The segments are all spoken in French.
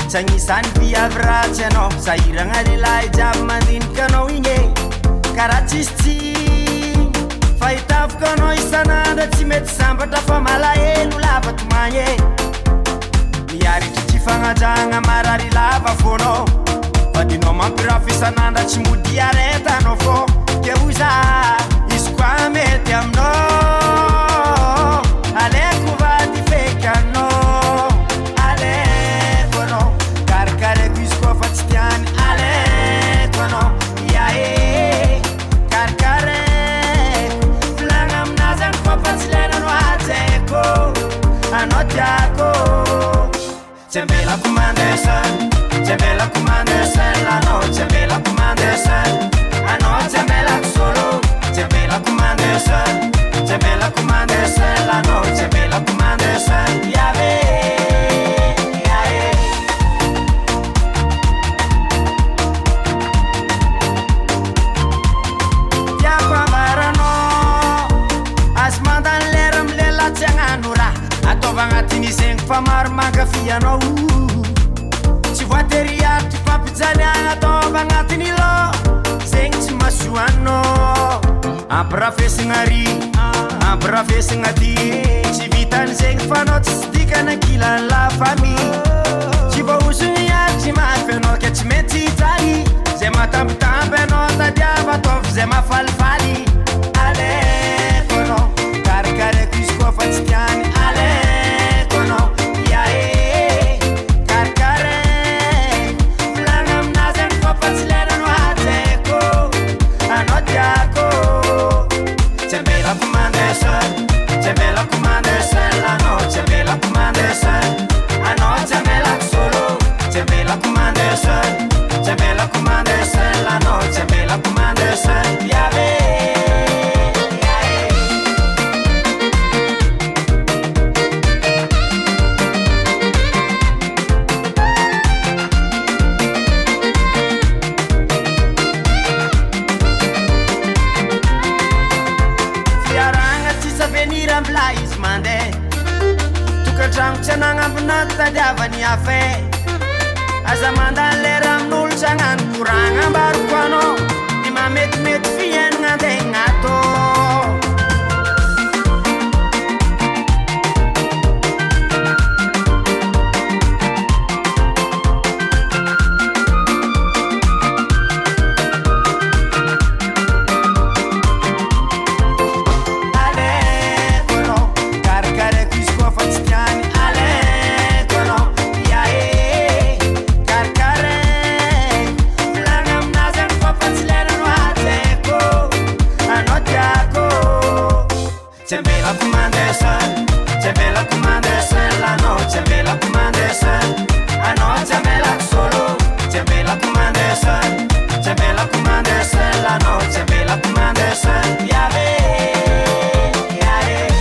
Sangisan viavy ratsy anao Sahiragna lehilahy jiaby mandiniky anao igny e Karaha tsisy tsy fahitaviko anao isan'andro Tsy mety sambatra fa malahelo lava tomagny e Miaritry tsy fagnajagna marary lava foanao Fadinao mampirafy isan'andro Tsy mody areta anao fô Ke oza izy koa mety aminao Aleko vady feky anao Aleko anao Karakareko izy koa fa tsy tiany Aleko anao Iae Karakareko Volagna aminazy any koa fa tsy lena no ajeko Anao tiako Tsembelako mandesany Tsembelako mandesany Anao tsembelako mandesany Anao tsembelako solo Tsembelako mandesany Tsembelako mandesany Anao tsembelako mandesany Yave Yae Tiako ambaranao Azy mandany lera milela tsy agnano raha Ataova agnatiny zegny fa maro mankafy anao Tsy voatery aro ty fampijaliagna Ataova agnatiny lo Zegny tsy masoanao Ampirafesigna ry Ampirafesigna ty Tsy vitany zegny fa anao tsy sidikana Kilan'ny la famille Tsy voahosony ary tsy mafy anao Ke tsy mety hitaly Zay matambitamby anao tadiava Ataovy zay mafalifaly Aleko anao Karakareko izy koa fa tsy tiany Aleko anao Iae Karakareko Volagna aminazy any koa fa tsy lera no ajeko Anao tiako Tsembelako mandesany Tsembelako mandesany Anao tsembelako mandesany Anao tsembelako solo Tsembelako mandesany Tsembelako mandesany Anao tsembelako mandesany Yave Mla izy mandeha Tokantragno tsy anagnambona tadiavany afe Aza mandany lera amin'olo tsy agnano koragna ambaroko anao Ny mametimety fiainagna andeha gn'atao Tsembelako mandesany Tsembelako mandesany Anao tsembelako mandesany Anao tsembelako solo Tsembelako mandesany Tsembelako mandesany Anao tsembelako mandesany Yave Yae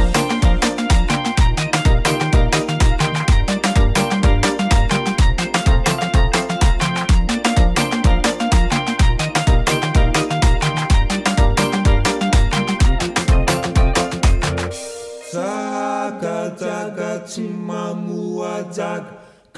Tsy mamuajaga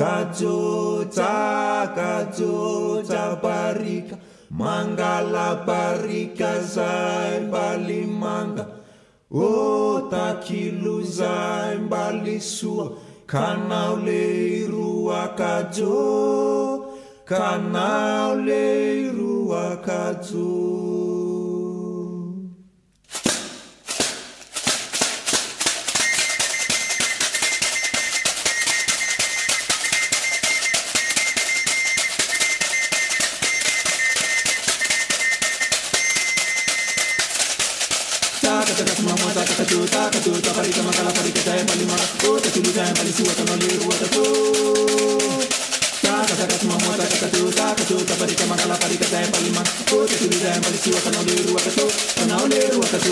kajoja barika mangala barika zay mbali manga o takilo zay mbali soa kanao le rua kajo kanao le rua kajo Takatuta parika makala parika jaya palima Kota tulu jaya palisuwa kanoli ruwa tato Takatuta parika makala parika jaya palima Kota tulu jaya palisuwa kanoli ruwa tato Kanoli ruwa tato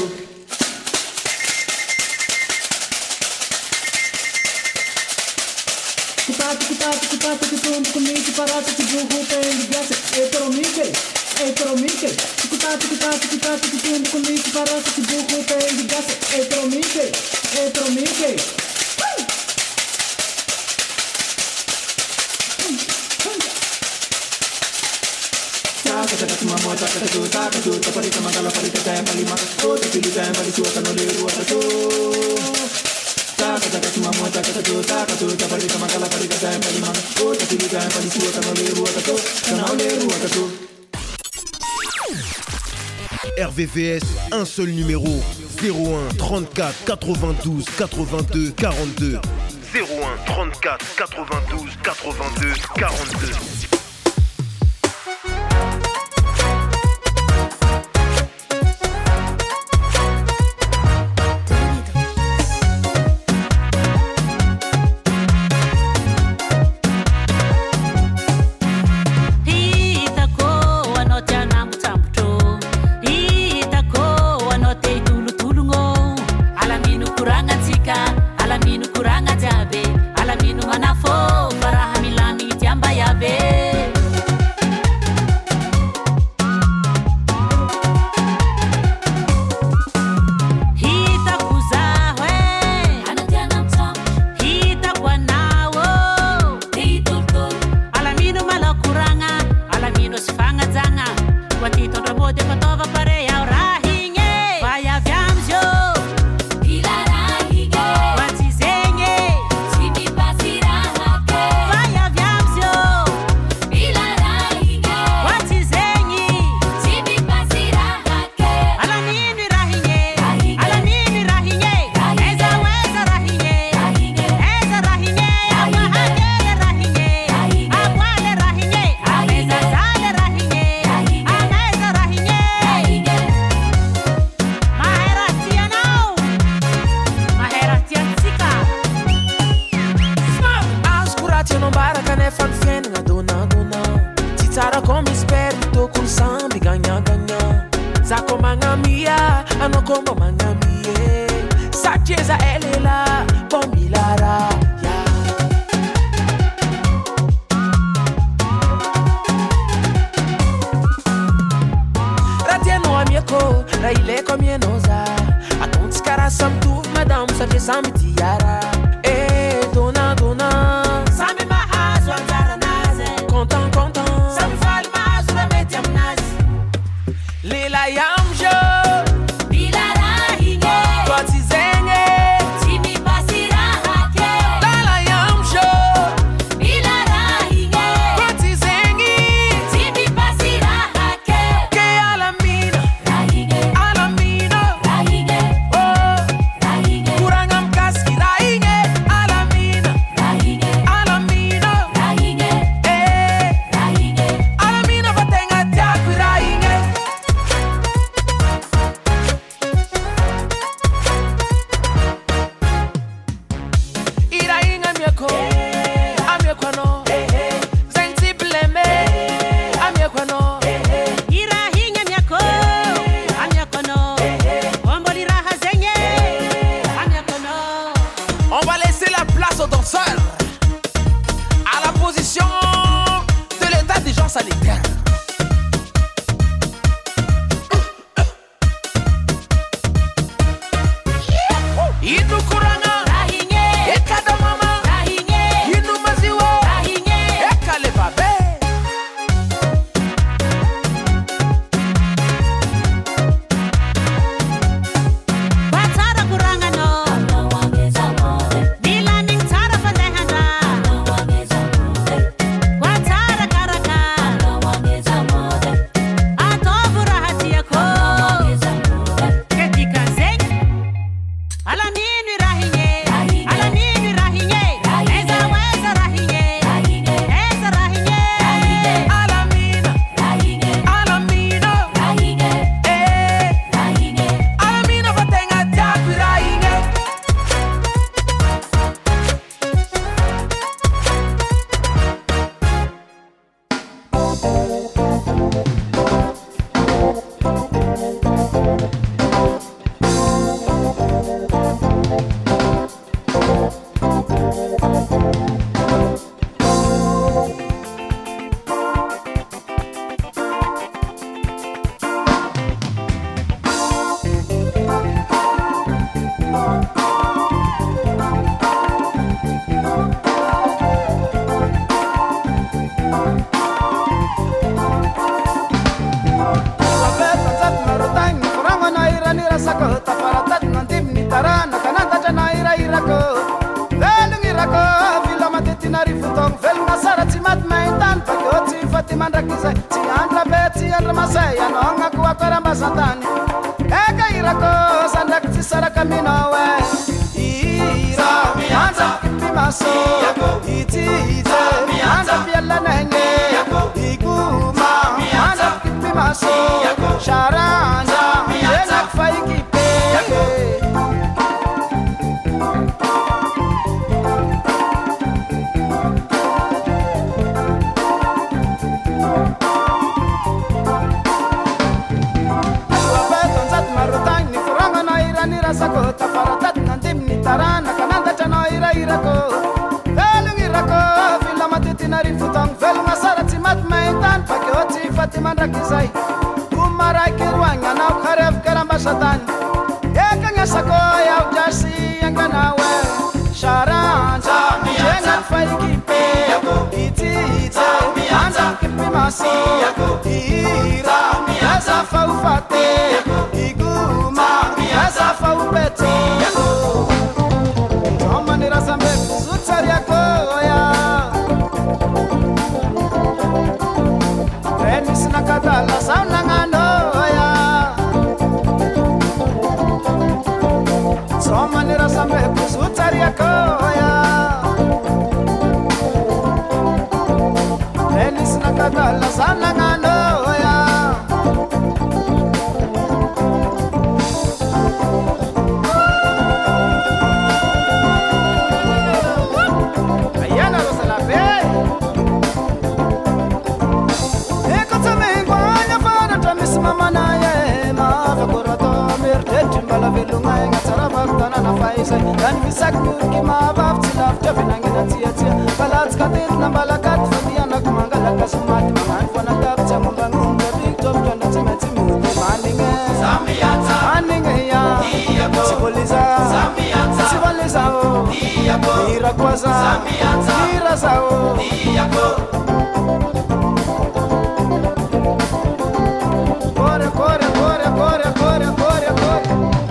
Kutatu kutumbu kumiti parata kijuhu pendi gase Eteromike Kutatu kutumbu kumiti parata kijuhu pendi gase Eteromike RVVS, un seul numéro, 01 34 92 82 42. 01 34 92 82 42. fotong velona sara tsy maty mahintany bakeo tsy fatymandraky izay tsy andra be tsy andra masay anagnako akoarambazantany eka irako sandraky tsy saraka aminao ira miandraky pimaso itite miandraky alanagny iguma miandraky pimaso charanja miandraky faikipe Sako tafaratat nandim ni tarana kananda chano ira irako velung irako filama titinari futong velung asara timat maitan pakioti fatiman rakisai umarai kirwanga nau kharev karambasatan ekanga sako yau jasi yang kanawe sharanja jengat faikipe iti anja kipimasi ira miasa faufate iguma miasa faupete omanira sambe sutsariako ya tenis nakatala saunangano ya omanira sambe sutsariako ya tenis nakatala saunangano ya dan bisa kurki maaf silaf jabinang ina tia balat katin nambalakat fadiana kumangala kasumat mangan fona tap jambangun dari top dan cimetimu maninge sambianza maninge ya sipoliza sambianza sipoliza o ira kwaza sambianza ira sao corre corre corre corre corre corre corre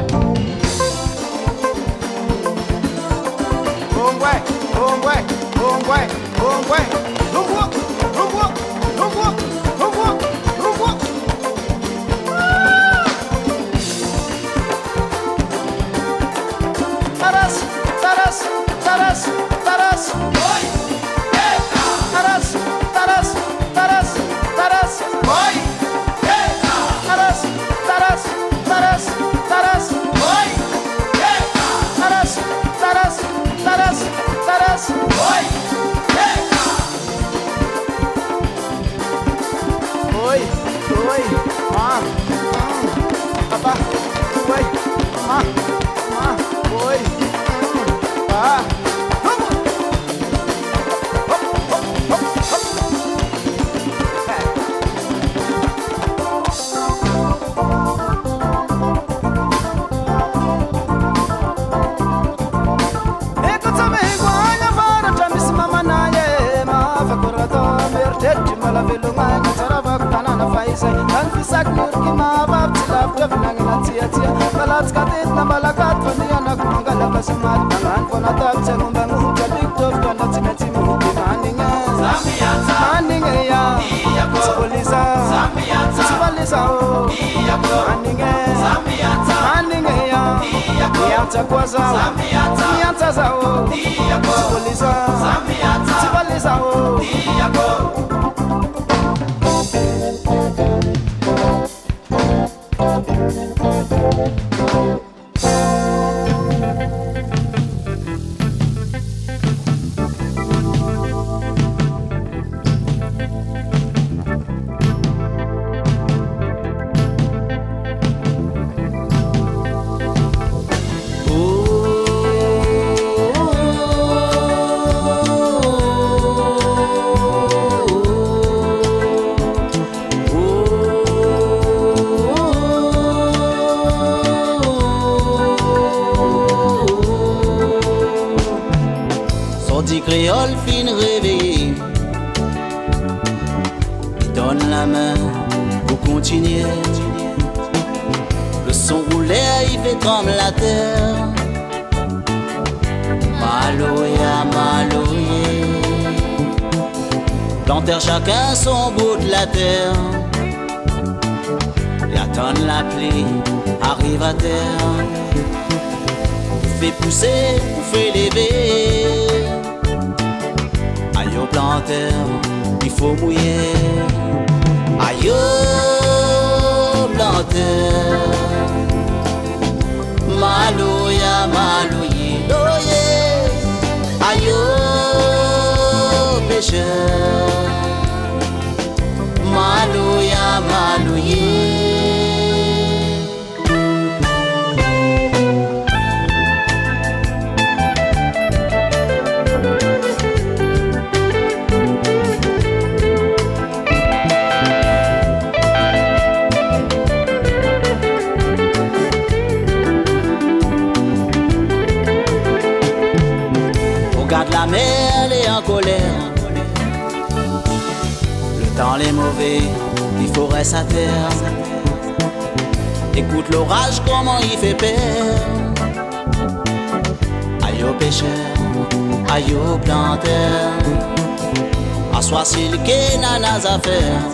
Créole fine réveillée, donne la main pour continuer. Le son roulait, il fait trembler la terre. Maloya, maloye, plantèrent chacun son bout de la terre. Et attendent la pluie, arrive à terre. Fait pousser, fait lever. Aïe au planteur, il faut mouiller. Aïe au planteur, malouya, malouye, loye. Aïe au pêcheur, malouya, malouye. Regarde la mer, elle est en colère. Le temps est mauvais, il faudrait sa terre. Écoute l'orage, comment il fait peur. Aïe au pêcheur, aïe au planteur. Assois s'il y nanas affaires.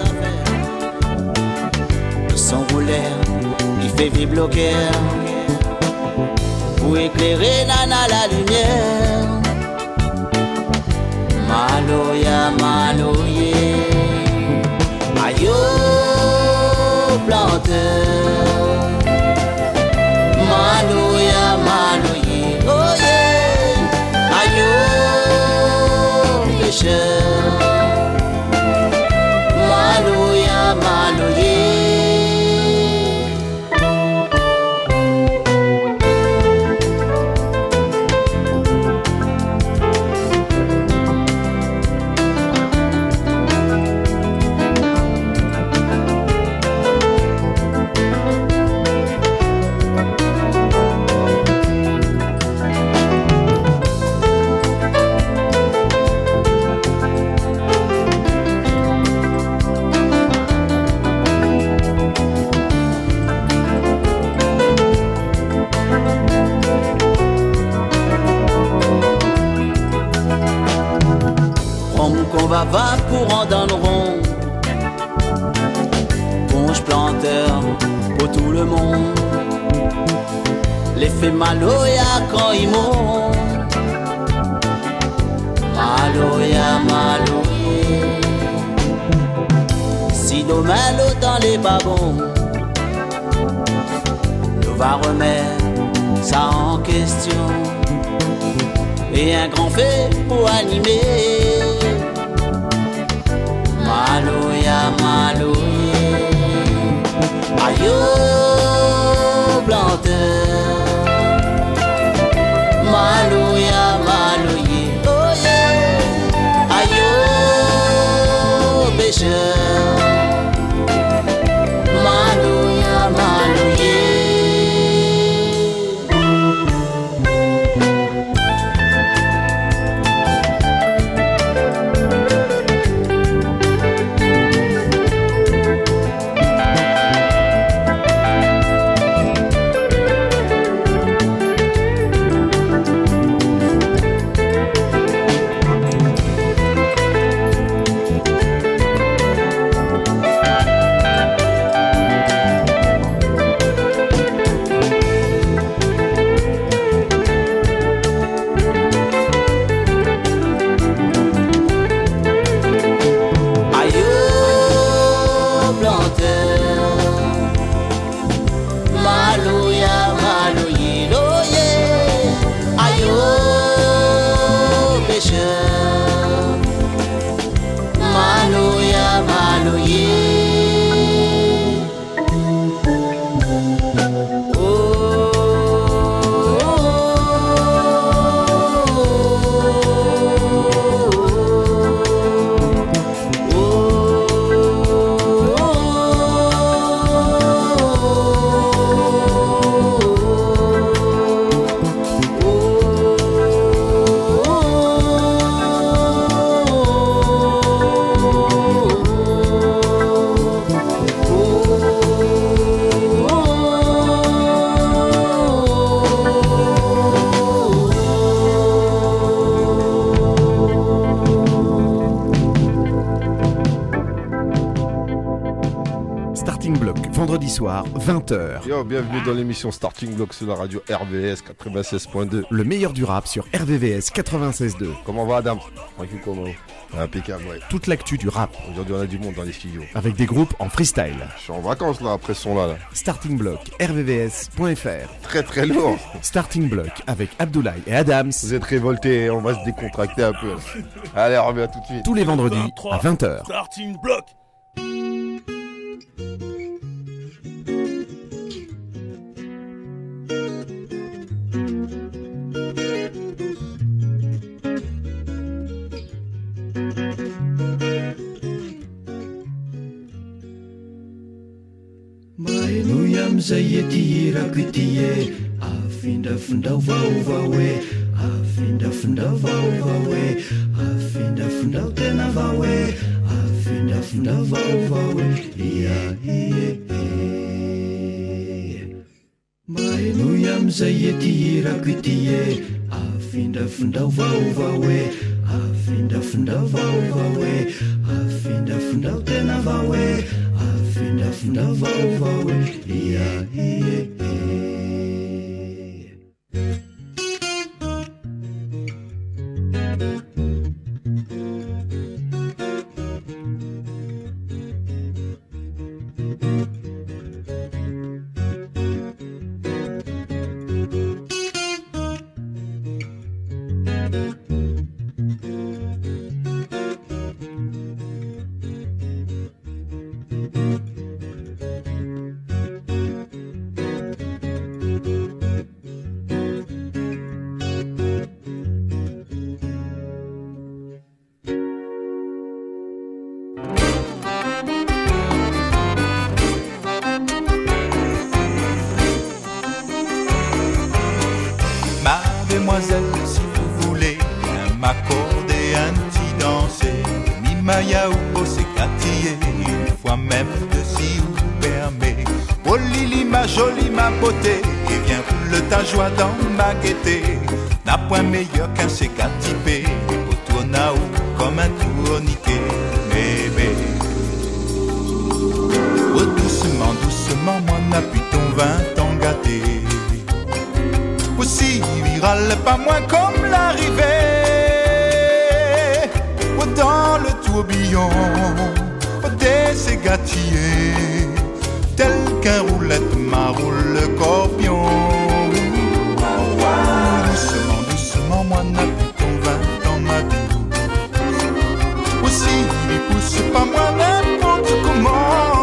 Le son roulaire, il fait vibrer le cœur. Pour éclairer nana la lumière. Maloya, maloye. Aïe au planteur. Maloya, maloye. Oh yeah. Aïe au pêcheur. Maloya, maloye. Va courant dans le rond. Ponge planteur pour tout le monde. L'effet maloya quand il monte. Maloya, maloye. Si nos mains l'autant les pas bon, nous va remettre ça en question. Et un grand fait pour animer. Maloya, maloye. Aïe au planteur. Maloya, maloye. Oh yeah. Aïe au pêcheur. Maloya, maloye. vendredi soir, 20h. Yo, bienvenue dans l'émission Starting Block sur la radio RVVS 96.2. Le meilleur du rap sur RVVS 96.2. Comment va Adam? Tranquille, comment? Impeccable, ouais. Toute l'actu du rap. Aujourd'hui, on a du monde dans les studios. Avec des groupes en freestyle. Je suis en vacances là, après ce son là. Starting Block, rvvs.fr. Très très lourd. Starting Block avec Abdoulaye et Adams. Vous êtes révoltés, on va se décontracter un peu. Allez, on revient tout de suite. Tous les vendredis à 20h. Starting Block. Zayetira kutie afinda funda vawe afinda funda vawe afinda funda tena vawe afinda funda vawe ya mainu yam zayetira kutie afinda funda vawe afinda funda vawe afinda funda tena vawe afinda funda vawe ya Mademoiselle, si vous voulez m'accorder un petit danser, mi maya ou c'est catillé, une fois même de si vous permet. Oh Lili, ma jolie, ma beauté, et viens roule ta joie dans ma gaieté. N'a point meilleur qu'un sécatipé, au tournaou comme un tourniquet, bébé. Oh doucement, doucement, moi n'a plus ton 20 ans gâté. Aussi viral, pas moins comme l'arrivée. Oh, dans le tourbillon, oh, des ségatiers, tel qu'un roulette maroule le corpion. Doucement, doucement, moi n'a plus ton 20 dans ma douce. Aussi, il pousse pas moi n'importe comment.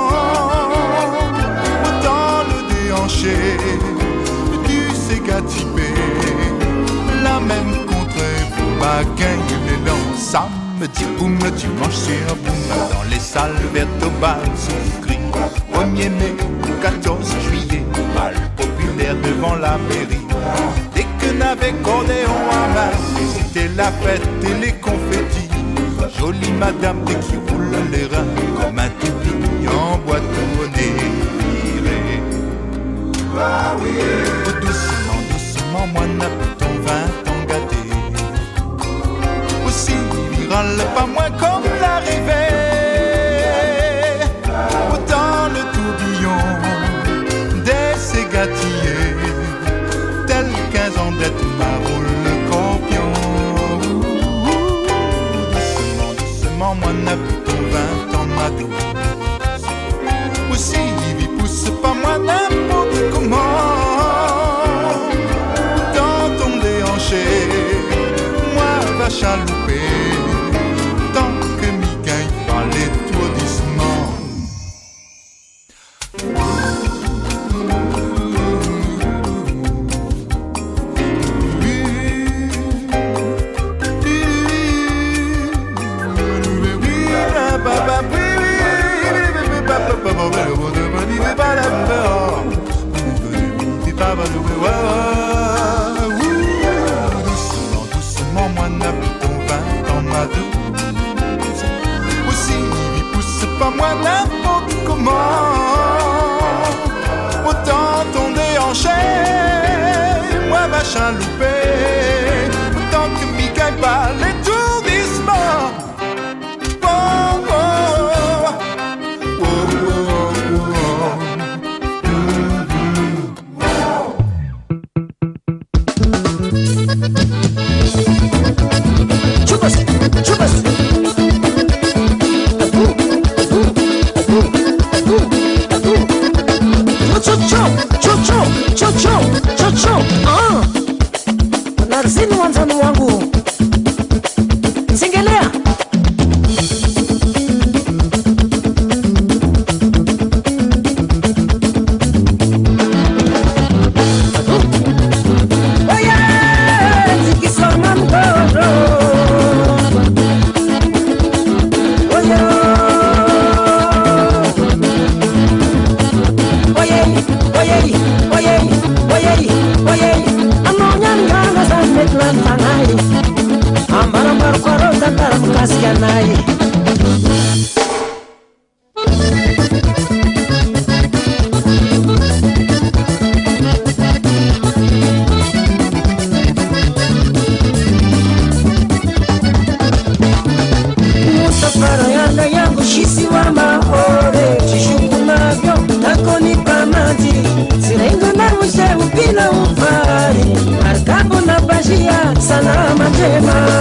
Oh, dans le déhanché ségatipé, la même contrée pour ma gagne l'élan. Samedi, boum, dimanche, c'est un boum. Dans les salles vertes au bal, souscrit 1er mai, 14 juillet, bal populaire devant la mairie. Dès que n'avait cordéon à main, c'était la fête et les confettis. Jolie madame, dès qui roule les reins, comme un toupie en boîte au nez. Ah oui. Doucement, doucement, moi n'a plus ton 20 ans gâté. Aussi viral, pas moins comme l'arrivée. Autant le tourbillon des ségatiers, tel 15 ans d'être maroule le corpion. Doucement, doucement, moi n'a plus ton 20 ans ma douce. Aussi il pousse pas moi n'importe comment. Dans ton déhanché, moi va chalouper. Tant que Mika il parle étourdissement. Doucement, doucement, moi n'a plus ton 20 dans ma douce. Aussi, il pousse pas moi n'importe comment. Autant ton déhanché, moi va chalouper. Autant que Mika parle l'étourdissement. Oh, oh, oh, oh, oh, oh. Alaskianai. Musafara yangu shisi wa mahore chishukunavyo nakonipa maji sirengo na ushe upila ufari arkambo na bashia salama njema.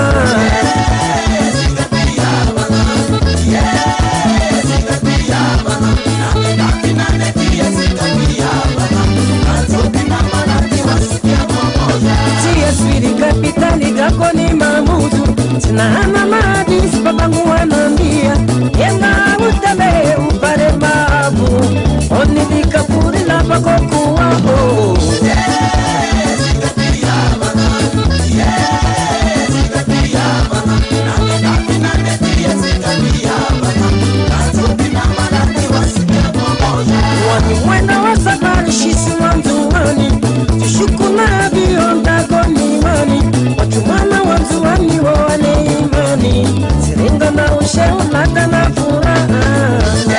Kapitali kako ni mamutu Sinahana madis babangu wanambia Yenga utale upare mabu Onidika puri la bako kuwaho Wani mwena wa safari shisi wanzuwani Tushukuna bionda goni mani Watumana wanzuwani wale imani Siringa na ushe ulata na furaha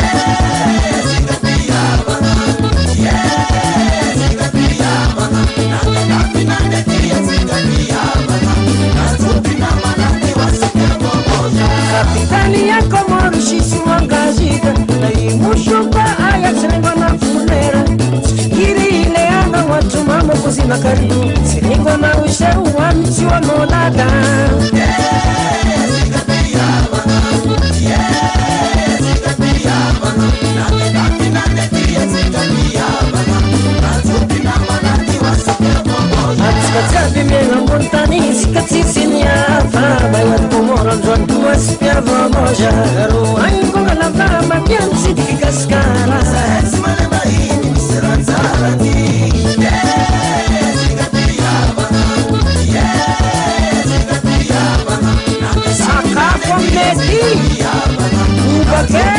Kapitani yako morushisi wangajika Na imushuka aya siringa na funera Sikiri ile anga watu mamo kuzina karibu Siringa na ushe uwamchi wa molada Atskacabi mega montani sikatitini afa Bayan kumoron zon tuas piavo moja Garu ayin ko galava magyan siti kaskara Simane mahini miseran zarati Saka kometi Ubake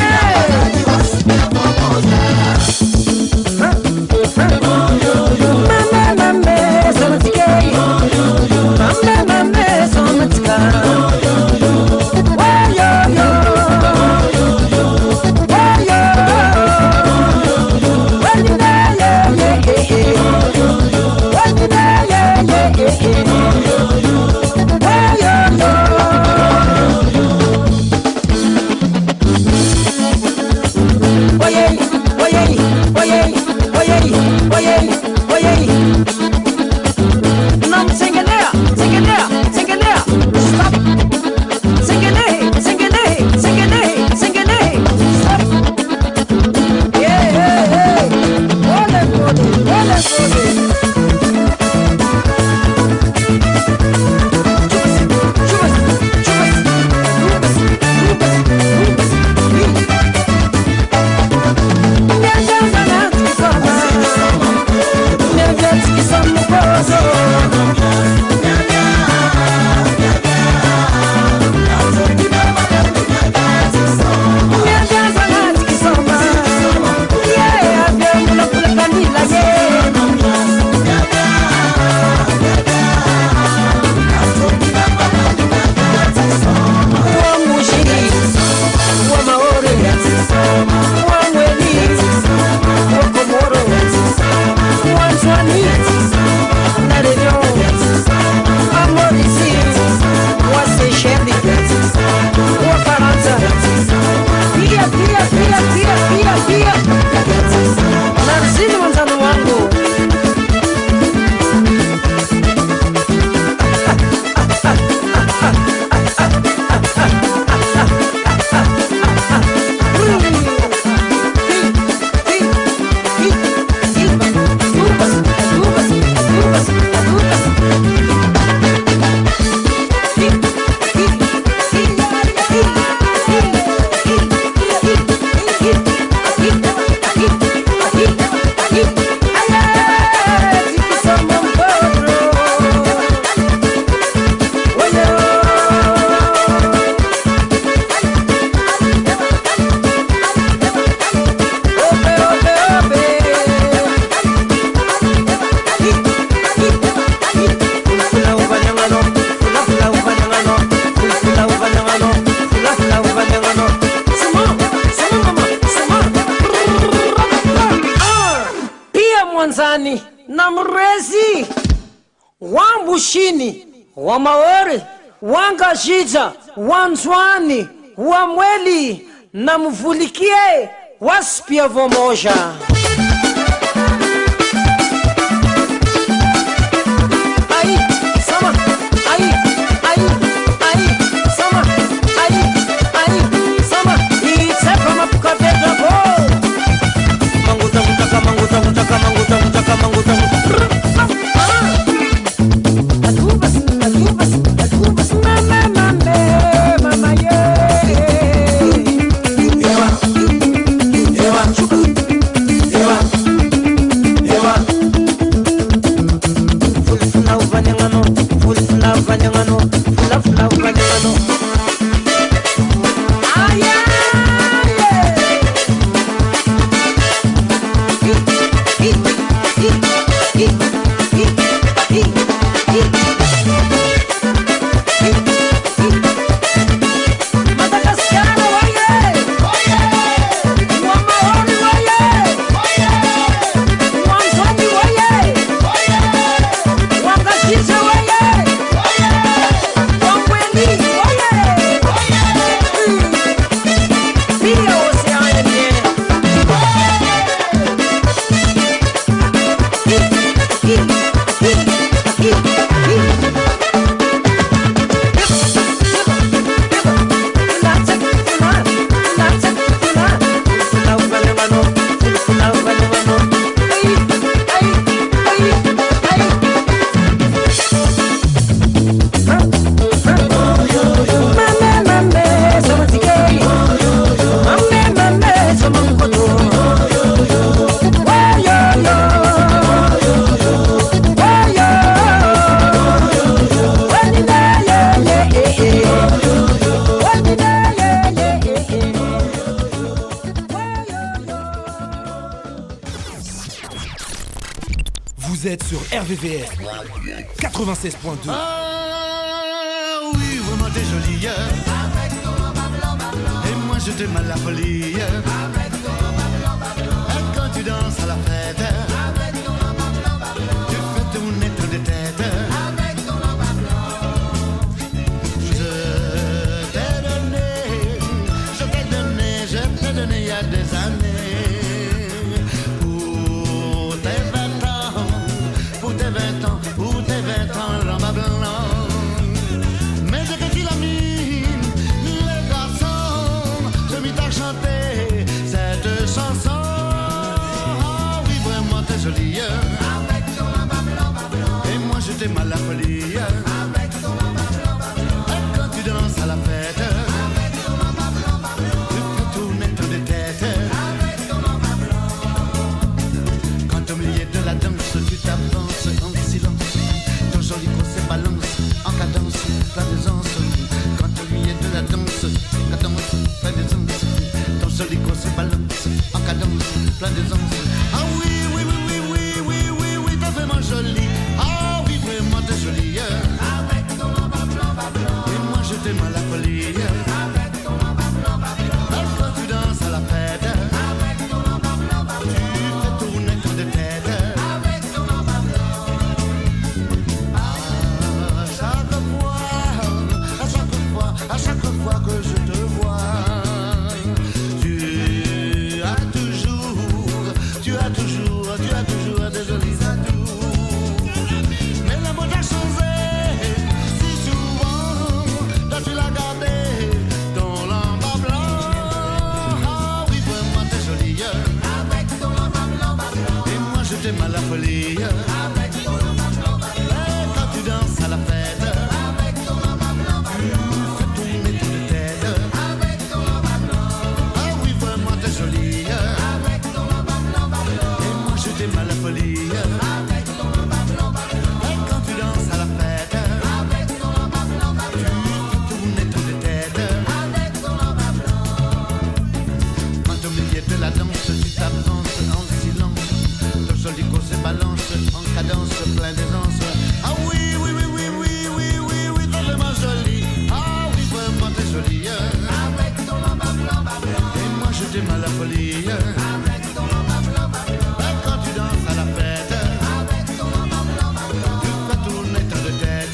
Kusini, wa Maori, Wangajija, Wanzwani, Wamweli na Mvulikie waspia vomoja. Ai, sama, ai, sama, ai, sama, itsepa mapuka pedra bo. Manguta, mama, Vous êtes sur RVVS 96.2. Ah oui, vraiment t'es jolie. Et moi je t'aime à la folie. Et quand tu danses à la fête, tu fais tourner ton des têtes. Je t'ai donné il y a des années. Pour tes 20 ans, lamba blanc. Mais dès que tu l'as mis, les garçons se mit à chanter cette chanson. Oh oui, vraiment t'es jolie. Et moi je t'aime à la folie. Et quand tu danses à la fête, tu fais tourner ton des têtes. Quand au milieu de la danse, tu t'avances en silence. Ton joli corps se balance en cadence, plein d'aisance. Quand au milieu de la danse, plein d'aisance. Ton joli corps se balance en cadence, plein d'aisance. Ah oui, oui, oui, oui, oui, oui, oui, oui, t'es vraiment jolie. Ah oui, vraiment t'es jolie. Avec ton lamba blanc. Et moi je t'aime à la folie. Avec ton lamba blanc. Et quand tu danses à la fête, avec ton lamba blanc, tu fais tourner ton de tête. À chaque fois que je te vois, tu as toujours des jolis atouts. Mais la mode a changé si souvent, toi tu l'as gardé, ton lamba blanc. Ah oui, vraiment t'es jolie. Avec ton lamba blanc. Et moi je t'aime à la folie. Avec ton lamba blanc. Et quand tu danses à la fête, à la folie. Avec ton lamba blanc. Et quand tu danses à la fête, avec ton lamba blanc, tu fais tourner ton de tête. Avec ton lamba blanc. Quand au milieu de la danse, tu t'avances en silence. Ton joli corps se balance en cadence, plein d'aisance. Ah oui, oui, oui, oui, oui, oui, oui, oui, t'es vraiment jolie. Ah oui, vraiment t'es jolie. Avec ton lamba blanc. Et moi je t'aime à la folie. Avec ton lamba blanc. Et quand tu danses à la fête, avec ton lamba blanc, tu fais tourner ton de tête.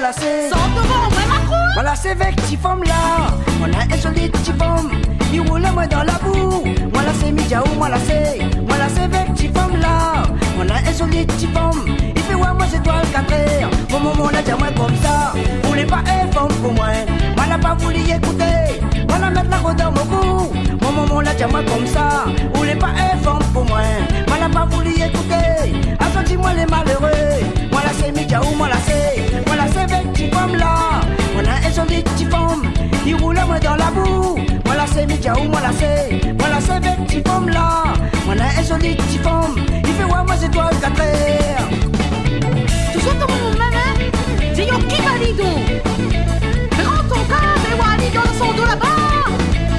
voilà c'est. Sors devant moi, Macron. Voilà c'est avec petit femme là. On a un joli petit femme. Il roule moi dans la boue. Voilà c'est Mijaou, voilà c'est. Voilà c'est avec petit femme là. On a un joli petit femme. Il fait ouais moi étoile 4 heures. Au moment là j'ai moi comme ça. Vous voulez pas un femme pour moi. Moi n'a pas voulu écouter. Voilà mettre la route dans mon cou. Au moment là j'ai moi comme ça. Vous voulez pas un femme pour moi. Moi n'a pas voulu écouter. Dis-moi les malheureux. Voilà c'est Mijaou, voilà c'est avec petit femme là. On a un joli petit femme. Il roule moi dans la boue. Voilà c'est Mijaou, voilà c'est avec petit femme là. On a un joli petit femme. Il fait ouais moi étoile 4 heures. Tu sautes dans mon maman. C'est yo qui valide. Prends ton cas et Wally dans son dos là-bas.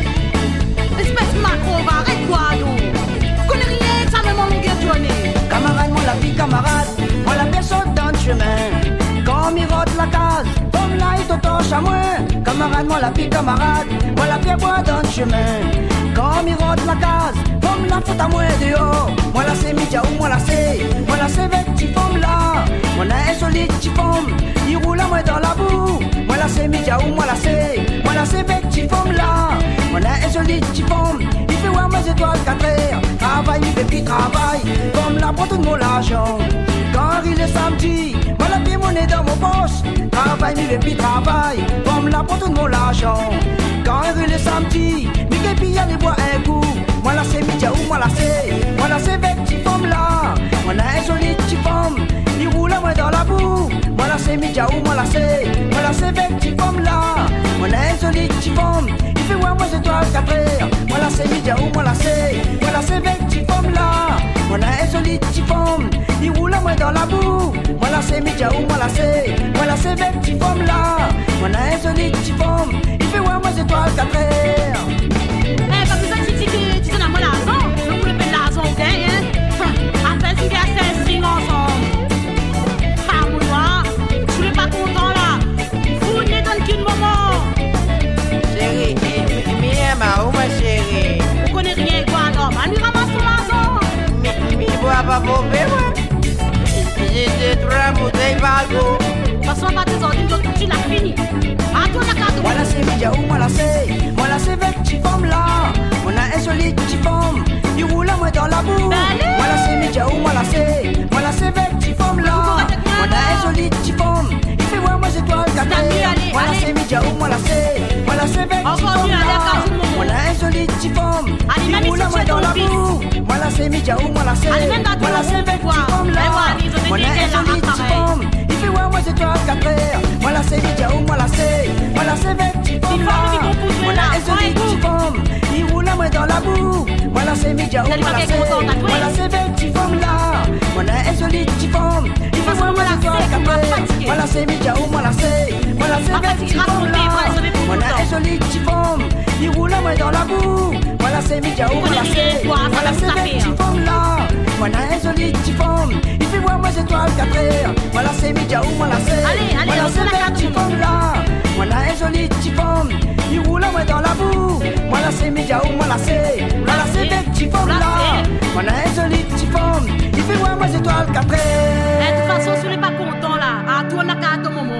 Espèce Macron, va arrête-toi donc. Connais rien, ça me manque de journée. Camarade, moi la vie camarade, moi la personne dans le chemin. Quand il rote la case, comme là il te torche à moi. Camarade, moi la vie camarade, moi la pierre bois dans le chemin. Quand il rote la case, comme la faute à moi dehors. Moi la c'est Mijaou, moi la c'est avec petit femme là. Moi la un joli petit femme, il roule à moi dans la boue. Moi la c'est Mijaou, moi la c'est avec petit femme là. Moi la un joli petit femme, il fait ouais moi étoile 4 heures. Travaille, il fait puis travaille, comme la pour tout mon l'argent. Quand il est samedi, moi la paie monnaie dans mon poche. Travaille, il fait puis travaille, comme la pour tout mon l'argent. Quand il est samedi, mais qu'il y a les bois un coup. Moi la c'est Mijaou, moi la c'est avec petit femme là. Moi la un joli petit femme, il roule à moi dans la boue. Moi la c'est Mijaou, moi la c'est avec petit femme là. Moi la un joli petit femme, il fait ouais moi étoile 4 heures. Moi la c'est Mijaou, moi la c'est avec petit femme là. Moi la un joli petit femme, il roule à moi dans la boue. Moi la c'est Mijaou, moi la c'est avec petit femme là. Moi la un joli petit femme, il fait ouais moi étoile 4 heures. Eh, pas besoin de tu t'en as moi l'argent. Je voulais payer l'argent, ok, hein? Après, si tu as 16 strings ensemble. Ah, moi, je suis pas content là. Vous ne donnez qu'une moment. Chérie, mais où ma chérie? Vous connaissez rien, quoi, non? On lui ramasse son argent. Mais il voit pas pour moi. J'ai deux, trois bouteilles par goût. Parce qu'on va te dire que tu l'as fini. À toi, la carte. Voilà c'est Mijaou, moi la c'est avec petit femme là. On a un joli petit femme, il roule à moi dans la boue. Voilà c'est Mijaou, moi la c'est avec petit femme là. On a un joli petit femme, il fait ouais moi étoile 4 heures. Voilà c'est Mijaou, moi la c'est avec petit femme là. On a un joli petit femme, il roule à moi dans la boue. Voilà c'est Mijaou, moi la c'est avec petit femme là. On a un joli petit femme, il fait ouais moi étoile 4 heures. Voilà c'est Mijaou, moi la c'est avec petit femme là. Voilà un joli petit femme, il roule à moi dans la boue. Voilà c'est Mijaou, moi la c'est avec petit femme là. Voilà un joli petit femme, il fait ouais moi étoile 4 heures. Voilà c'est Mijaou, moi la c'est avec petit femme là. Voilà un joli petit femme, il roule à moi dans la boue. Voilà c'est Mijaou, moi la c'est avec petit femme là. Voilà un joli petit femme, il fait ouais moi étoile 4 heures. Voilà c'est Mijaou, moi la c'est avec petit femme là. Voilà un joli petit femme, il roule à moi dans la boue. Voilà c'est Mijaou, moi la c'est avec petit femme là. Voilà un joli petit femme, il fait ouais moi étoile 4 heures. De toute façon, si tu n'es pas content là, à toi la carte au moment.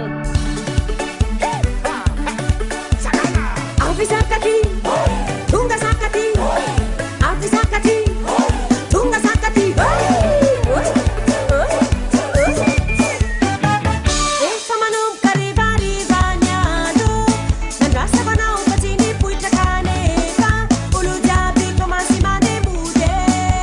Sakati, tunga sakati, avi sakati, tunga sakati. Essa manum karibari banhado, na graça banal patini puita caneca, ulu diabi como acima de mude.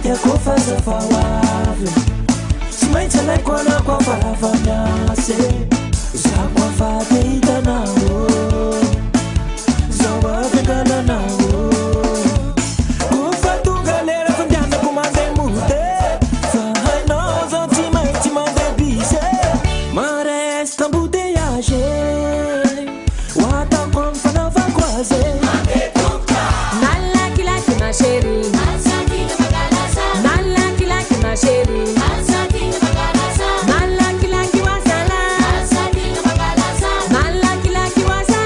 tiako fazafahoavy tsy maintsy alaiko anako afaravamiase zako afate hitanao zao avy angalanao kofa tonga lera fandianako mandeha mote fa hainao zao tsy maintsy mandeha bise maresta embouteillage hoatako amy fanaovako azy nalakilaky ma chérie nalakilaky ma chérie nalakilaky wasala nalakilaky wasa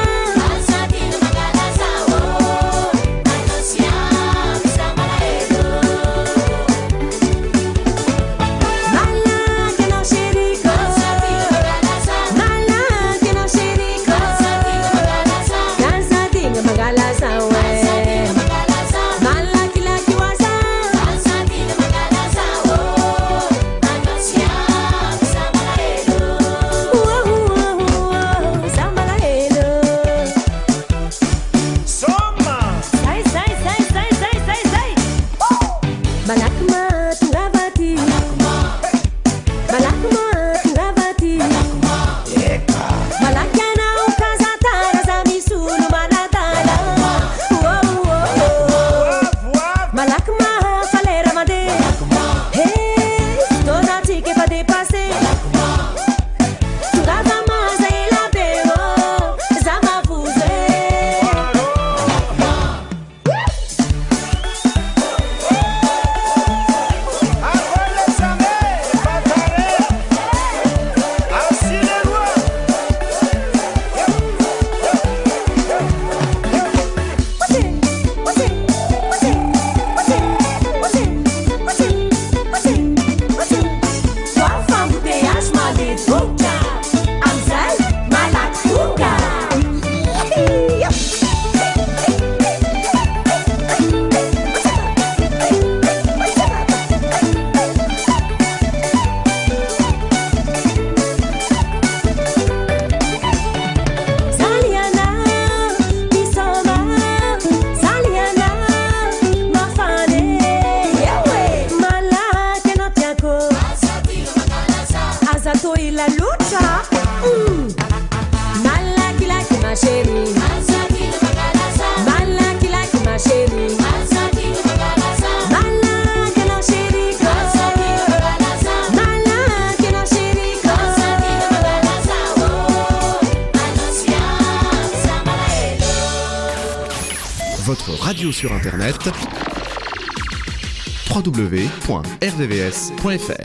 nalakino chérie nalakino chérie kansatinga magalasa we nalakilaky wasa Votre radio sur internet www.rvvs.fr.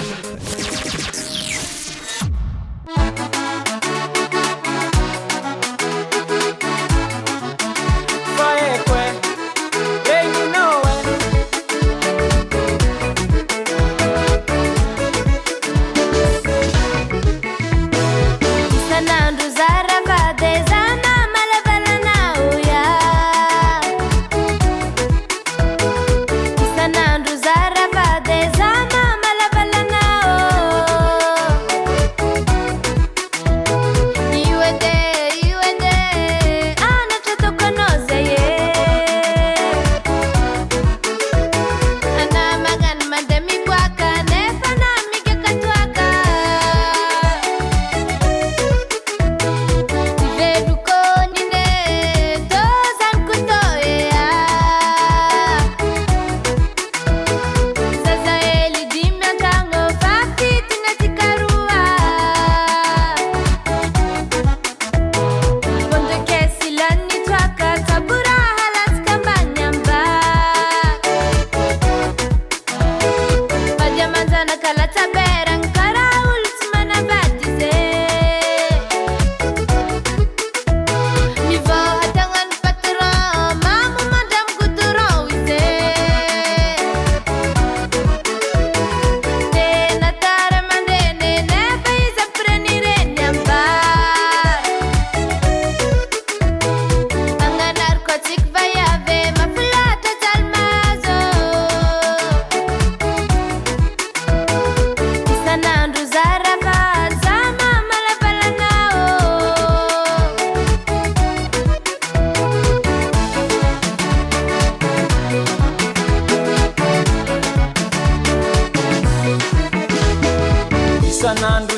Sanandro Zaravadeza, mama la balana.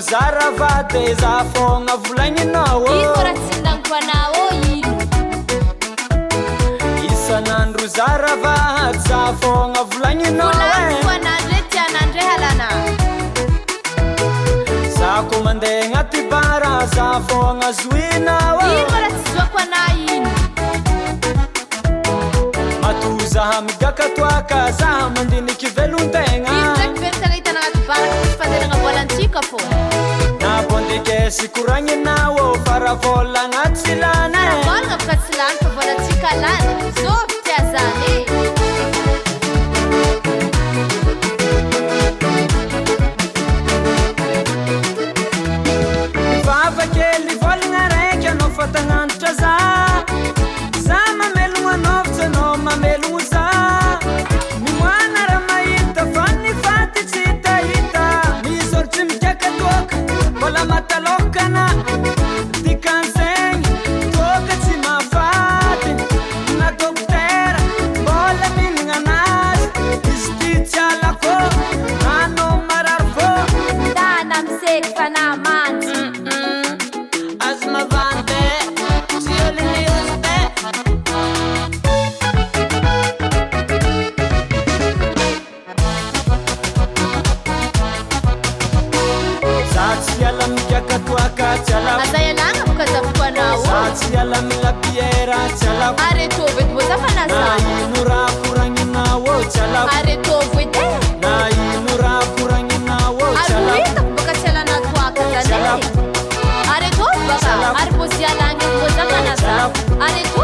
zaravate za fogna volagninao ino raha tsy ndaniko anao ino isan'andro zaravate za fogna volagninao volaniko anandre tianandre halana za ko mandeha agnaty bara za fogna zoinao ino raha tsy zoako ana ino mato zaha migaka toaka zaha mandiniky velon-tegna ino ndraiky velon-tegna hitana agnaty bara tsy fandelagna volantsika fô nabondikesy koragninao fara vola agnaty silany volagna boka tsy lany fa volantsika lany zovy tia zany vavakely volagna raiky anao fatagnanitra za mamelogno anao fa tsy anao mamelogno za mimoana raha mahita fa ny faty tsy hitahita misorotry mikaka toaka mbola matalokana dikan'zegny toaka tsy mahafaty na dokotera mbola minagna anazy izy ty tsy alako anao marary fô dana miseky fa namantsy azo mavande tsy oliniosite za tsy ala mikaka toaka tsy alako aza ialagna boka zavoko anao za tsy ala milapiera tsy alako aretovy edy moa zafanaza na ino raha koragninao tsy alako aretovy edy na ino raha koragninao tsy ary alako hitako boka tsy alana toaka zany aretovy baka ary moa sy alagna edy moa zafanaza aretovy